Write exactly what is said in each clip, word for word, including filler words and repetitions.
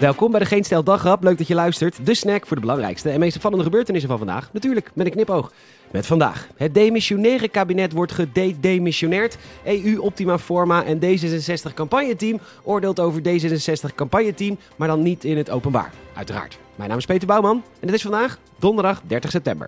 Welkom bij de Geen Stijl Daggrap. Leuk dat je luistert. De snack voor de belangrijkste en meest opvallende gebeurtenissen van vandaag. Natuurlijk met een knipoog. Met vandaag. Het demissionaire kabinet wordt gededemissioneerd. E U Optima Forma en D zesenzestig campagneteam oordeelt over D zesenzestig campagneteam, maar dan niet in het openbaar. Uiteraard. Mijn naam is Peter Bouwman en het is vandaag donderdag dertig september.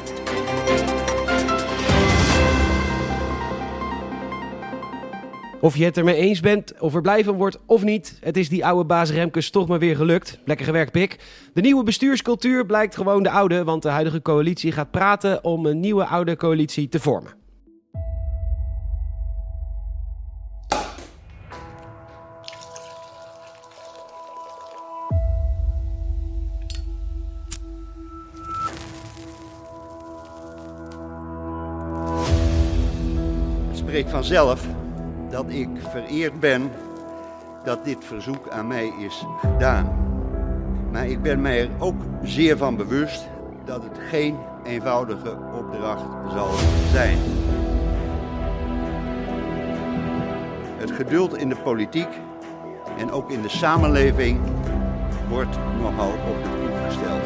Of je het ermee eens bent, of er blij van wordt of niet, het is die oude baas Remkes toch maar weer gelukt. Lekker gewerkt, Pik. De nieuwe bestuurscultuur blijkt gewoon de oude, want de huidige coalitie gaat praten om een nieuwe oude coalitie te vormen. Het spreekt vanzelf dat ik vereerd ben dat dit verzoek aan mij is gedaan. Maar ik ben mij er ook zeer van bewust dat het geen eenvoudige opdracht zal zijn. Het geduld in de politiek en ook in de samenleving wordt nogal op de proef gesteld.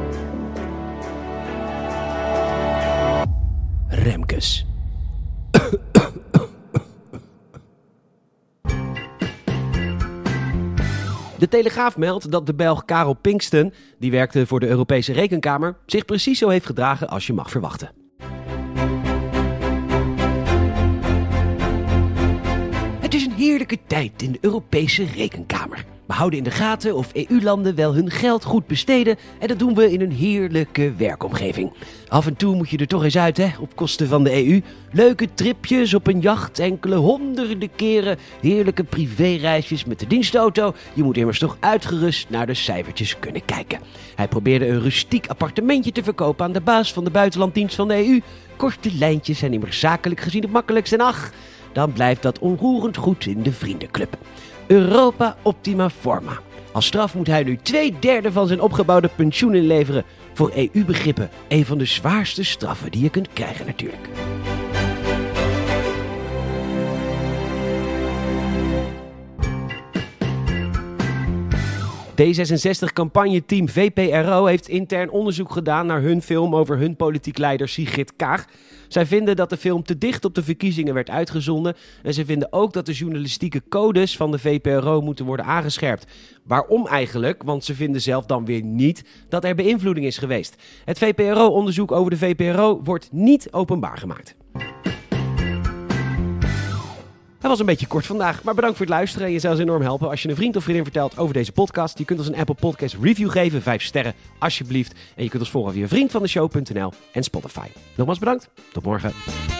Remkes. De Telegraaf meldt dat de Belg Karel Pinkston, die werkte voor de Europese Rekenkamer, zich precies zo heeft gedragen als je mag verwachten. Het is een heerlijke tijd in de Europese Rekenkamer. We houden in de gaten of E U-landen wel hun geld goed besteden en dat doen we in een heerlijke werkomgeving. Af en toe moet je er toch eens uit, hè, op kosten van de E U. Leuke tripjes op een jacht, enkele honderden keren, heerlijke privéreisjes met de dienstauto. Je moet immers toch uitgerust naar de cijfertjes kunnen kijken. Hij probeerde een rustiek appartementje te verkopen aan de baas van de buitenlanddienst van de E U. Korte lijntjes zijn immers zakelijk gezien het makkelijkst en ach, dan blijft dat onroerend goed in de vriendenclub. Europa Optima Forma. Als straf moet hij nu twee derde van zijn opgebouwde pensioen inleveren. Voor E U-begrippen een van de zwaarste straffen die je kunt krijgen natuurlijk. D zesenzestig campagneteam V P R O heeft intern onderzoek gedaan naar hun film over hun politiek leider Sigrid Kaag. Zij vinden dat de film te dicht op de verkiezingen werd uitgezonden en ze vinden ook dat de journalistieke codes van de V P R O moeten worden aangescherpt. Waarom eigenlijk? Want ze vinden zelf dan weer niet dat er beïnvloeding is geweest. Het V P R O-onderzoek over de V P R O wordt niet openbaar gemaakt. Dat was een beetje kort vandaag, maar bedankt voor het luisteren. En je zou ons enorm helpen als je een vriend of vriendin vertelt over deze podcast. Je kunt ons een Apple Podcast review geven, vijf sterren, alsjeblieft. En je kunt ons volgen via vriend van de show punt n l en Spotify. Nogmaals bedankt, tot morgen.